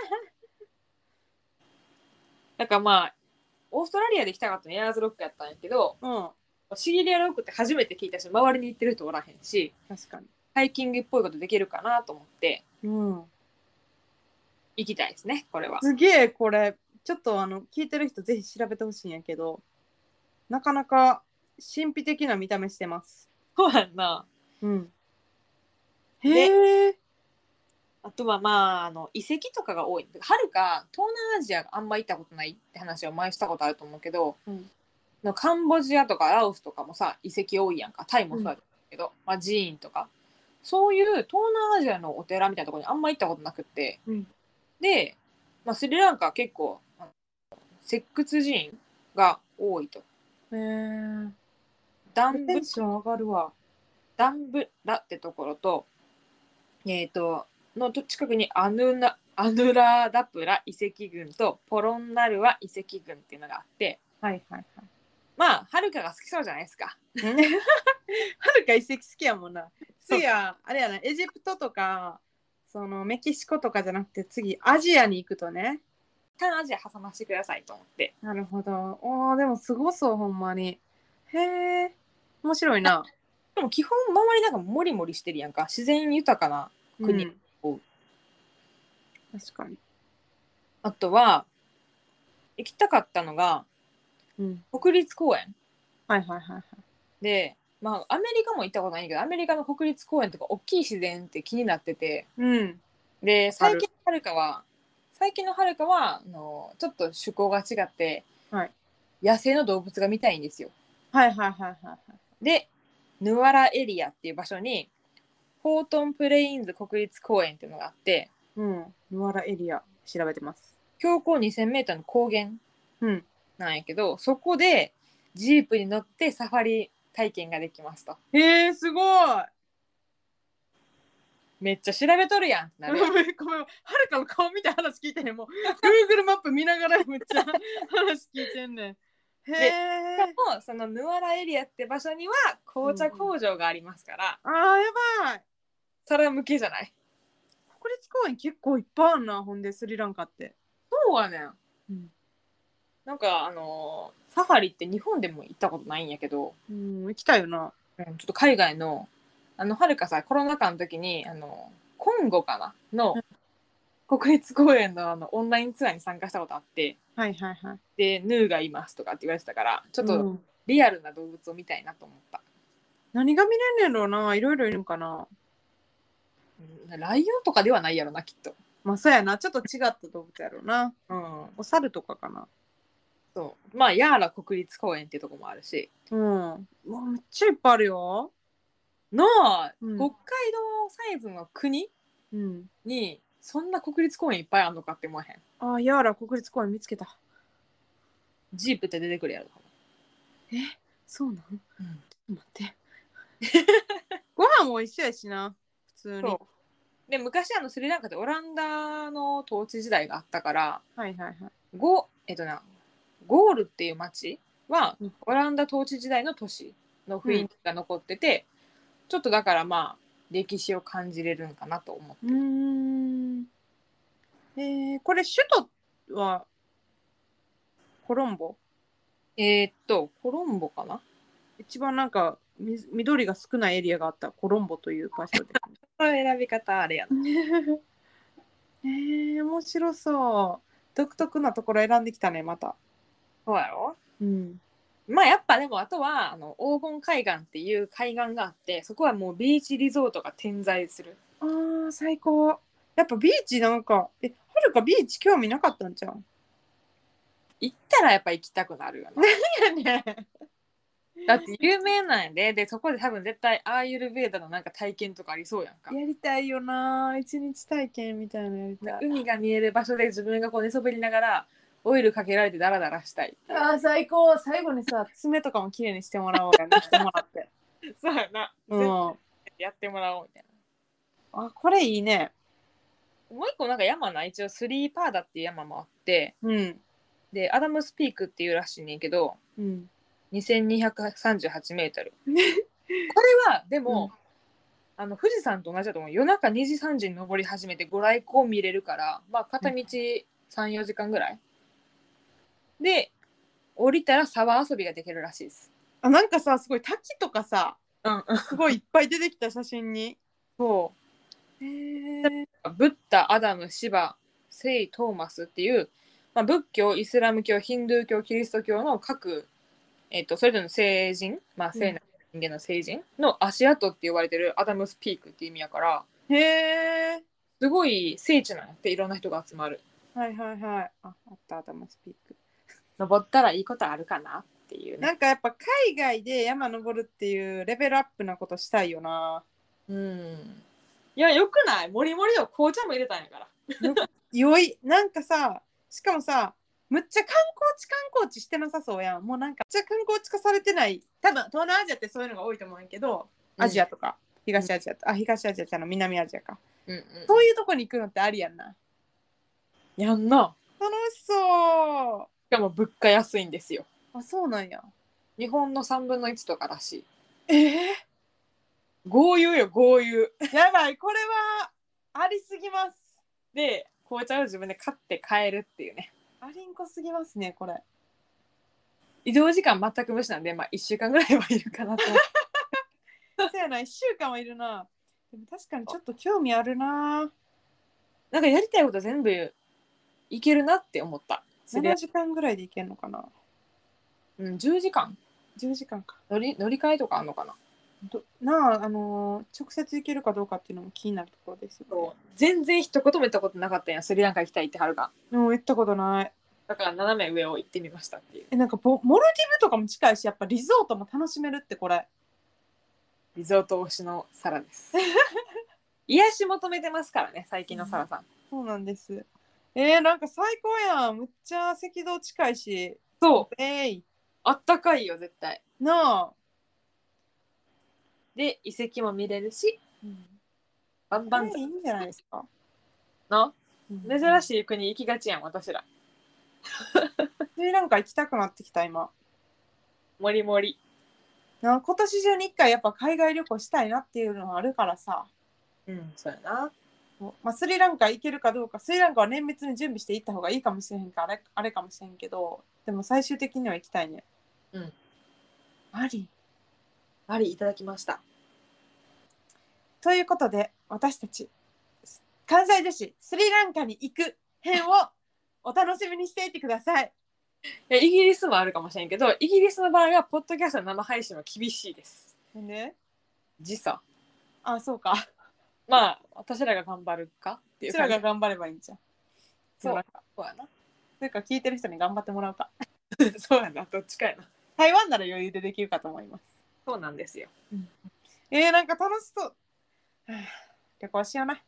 だからオーストラリアで行きたかったのエアーズロックやったんやけど、
うん。
シギリアロックって初めて聞いたし、周りに行ってる人おらへんし、
確かに。
ハイキングっぽいことできるかなと思って、
うん。
行きたいですね、これは。
すげえ、これ。ちょっと聞いてる人ぜひ調べてほしいんやけど、なかなか神秘的な見た目してます。
そうやんな。
うん。
で、
へえ。
あとはまあ、遺跡とかが多い。はるか東南アジアあんま行ったことないって話を前したことあると思うけど、
うん。
カンボジアとかラオスとかもさ、遺跡多いやんか。タイも
うん。
そうだけど、まあ、寺院とか。そういう東南アジアのお寺みたいなところにあんま行ったことなくって。
うん。
で、まあ、スリランカは結構、石窟寺院が多いと。
へえ。
ダンブ、
テンション上がるわ。
ダンブラってところと、の近くにアヌラダプラ遺跡群とポロンナルワ遺跡群っていうのがあって、
はいはいはい。
まあ、はるかが好きそうじゃないですか。
はるか遺跡好きやもんな。
そう。
次は、あれやな、エジプトとか、そのメキシコとかじゃなくて、次、アジアに行くとね。
東アジア挟ましてくださいと思って。
なるほど。おー、でもすごそう、ほんまに。へえ、面白いな。
でも基本周りなんかモリモリしてるやんか。自然豊かな国。
うん、確かに。
あとは、行きたかったのが、
うん。
国立公園
はいはいはいはい。
で、まあ、アメリカも行ったことないけど、アメリカの国立公園とか大きい自然って気になってて、
うん。
で、
ある。
最近のはるかは、ちょっと趣向が違って、
はい。
野生の動物が見たいんですよ。
はいはいはいはいはい。
で、ヌアラエリアっていう場所に、ホートンプレインズ国立公園っていうのがあって、
うん。ヌアラエリア、調べてます。
標高2000メートルの高原
うん。
なんやけど、そこでジープに乗ってサファリ体験ができますと。
へえ、すごい。
めっちゃ調べとるやんってな
ごめん、
るやん。
はるかの顔見て話聞いてね。もう、Google マップ見ながらめっちゃ話聞いてんねん。へ
で、しか
え。
もそのヌアラエリアって場所には紅茶
うんうん、
工場がありますから、
あー、やばい。
それは向けじゃない。
国立公園結構いっぱいあるな、ほんで、スリランカって。
そうはねん。
うん。
なんかサファリって日本でも行ったことないんやけど、
うん、行きたいよな。
ちょっと海外のはるかさコロナ禍の時にコンゴかなの国立公園のオンラインツアーに参加したことあって、
はいはいはい。
でヌーがいますとかって言われてたから、ちょっと
うん。
リアルな動物を見たいなと思った。
何が見れんねんろうな。いろいろいるんかな。
ライオンとかではないやろなきっと。
まあ、そうやな。ちょっと違った動物やろうな。
うん。
お猿とかかな。
そうまあヤーラ国立公園っていうとこもあるし、
うん。うわ、めっちゃいっぱいあるよ。
の
うん。
北海道サイズの国
うん。
にそんな国立公園いっぱいあるのかって思わへん。
あ、ヤーラ国立公園見つけた。
ジープって出てくるやろ。
え、そうなん？
うん、
待って。ご飯も一緒やしな。普通に。
そうで昔スリランカでオランダの統治時代があったから、
はいはいはい。
ゴールっていう町は
うん。
オランダ統治時代の都市の雰囲気が残ってて、ちょっとだからまあ歴史を感じれるんかなと思っ
う
てる。
ん。これ首都はコロンボ？
コロンボかな。
一番なんか緑が少ないエリアがあったコロンボという場所ですね。
この選び方あれやな。
面白そう。独特なところ選んできたね、また。
そうやろ。
うん。
まあやっぱでもあとは黄金海岸っていう海岸があって、そこはもうビーチリゾートが点在する。
あー、最高。やっぱビーチなんか、はるかビーチ興味なかったんじゃん。
行ったらやっぱ行きたくなるよな。
いやね。
だって有名なんやで、そこで多分絶対アーユルヴェーダのなんか体験とかありそうやんか。
やりたいよな。一日体験みたいなのやりたい。
海が見える場所で自分がこう寝そべりながらオイルかけられてダラダラしたい。
あー、最高。最後にさ、爪とかも綺麗にしてもらおうやね。してもらって。
そうやな。
うん。
全部やってもらおうみたい
あ、これいいね。
な。もう一個なんか山な、一応スリーパーダっていう山もあって、
うん。
で、アダムスピークっていうらしいねんけど、
うん。
2238メートル。これは、でも、富士山と同じだと思う。夜中2時3時に登り始めてご来光見れるから、まあ、片道3、4時間ぐらい。で、降りたら沢遊びができるらしいです。
あ、なんかさ、すごい滝とかさ、
うん
すごいいっぱい出てきた写真に。
そ
へえ。
う。ブッダ、アダム、シバ、セイ、トーマスっていう、まあ、仏教、イスラム教、ヒンドゥー教、キリスト教の各、 それぞれの成人、まあ、聖なる人間の成人の足跡って言われてるアダムスピークっていう意味やから、
へえ。
すごい聖地なんやって、いろんな人が集まる。
はいはいはい。あったアダムスピーク。
登ったらいいことあるかなっていうね。
なんかやっぱ海外で山登るっていうレベルアップなことしたいよな。
うん。いや、よくない？もりもりよ。紅茶も入れたんやから。
よい。なんかさ、しかもさ、むっちゃ観光地してなさそうやん。もうなんか、めっちゃ観光地化されてない。多分、東南アジアってそういうのが多いと思うんやけど、アジアとか、東アジアと、東アジアじゃの、南アジアか。
うんうん。
そういうとこに行くのってありやんな。
やんな。
楽しそう。
しかも物価安いんですよ。
あ、そうなんや。
日本の3分の1とからしい。
え
豪遊よ、豪遊。
やばい、これはありすぎます。
で、紅茶を自分で買って帰るっていうね。
ありんこすぎますね、これ。
移動時間全く無視なんで、まあ1週間ぐらいはいるかなと。
そうやな、1週間はいるな。でも確かにちょっと興味あるな。
なんかやりたいこと全部いけるなって思った。
7時間ぐらいで行けるのかな。
うん、10時間
10時間か。
乗り換えとかあんのかな。
直接行けるかどうかっていうのも気になるところですよ、ね。
全然一言も言ったことなかったんや。スリランカ行きたいってはるが。
もう行ったことない。
だから斜め上を行ってみましたっていう。
なんかモルディブとかも近いし、やっぱリゾートも楽しめるってこれ。
リゾート推しのサラです。癒し求めてますからね、最近のサラさん。
そうなんです。なんか最高やん。むっちゃ赤道近いし。
そう。
い。
あったかいよ、絶対。
なあ。
で、遺跡も見れるし、バンバン
いいんじゃないですか。
な、珍しい国行きがちやん、私ら。
スリランカ行きたくなってきた、今。
もりもり。
今年中に1回やっぱ海外旅行したいなっていうのがあるからさ。
うん、そうやな。
まあ、スリランカ行けるかどうか、スリランカは綿密に準備して行った方がいいかもしれへんから、あれかもしれんけど、でも最終的には行きたいね。
うん。
あり。
ありいただきました。
ということで、私たち、関西女子スリランカに行く編をお楽しみにしていてください。
イギリスもあるかもしれんけど、イギリスの場合は、ポッドキャストの生配信は厳しいです。
ね。
時差。
あ、そうか。
まあ、私らが頑張るかっていう
私
感じ。
らが頑張ればいいんじゃん。
そうやな。
それか聞いてる人に頑張ってもらうか。
そうやな、どっちかやな。
台湾なら余裕でできるかと思います。
そうなんですよ。
なんか楽しそう。旅行しような。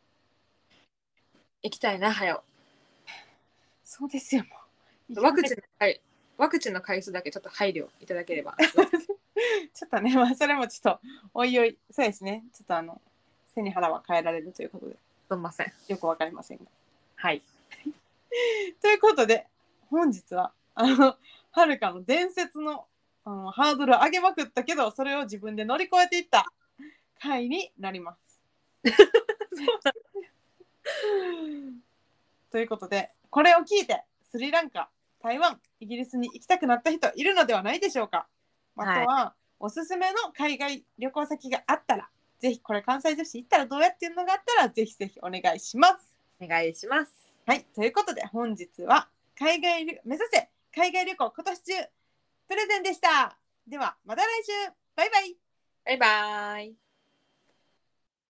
行きたいな、はよ。
そうですよ、もう。
ワクチンの回数だけちょっと配慮いただければ。
ちょっとね、まあ、それもちょっと、おいおい、そうですね。ちょっと背に腹は変えられるということで。
すみません。
よくわかりませんが。
はい。
ということで、本日は、はるかの伝説のハードル上げまくったけど、それを自分で乗り越えていった回になります。ということで、これを聞いて、スリランカ、台湾、イギリスに行きたくなった人いるのではないでしょうか。あとは、おすすめの海外旅行先があったら、ぜひこれ関西女子行ったらどうやっていうのがあったら、ぜひぜひお願いします。
お願いします。
はい、ということで本日は目指せ海外旅行今年中プレゼンでした。ではまた来週。バイバイ。
バイバイ。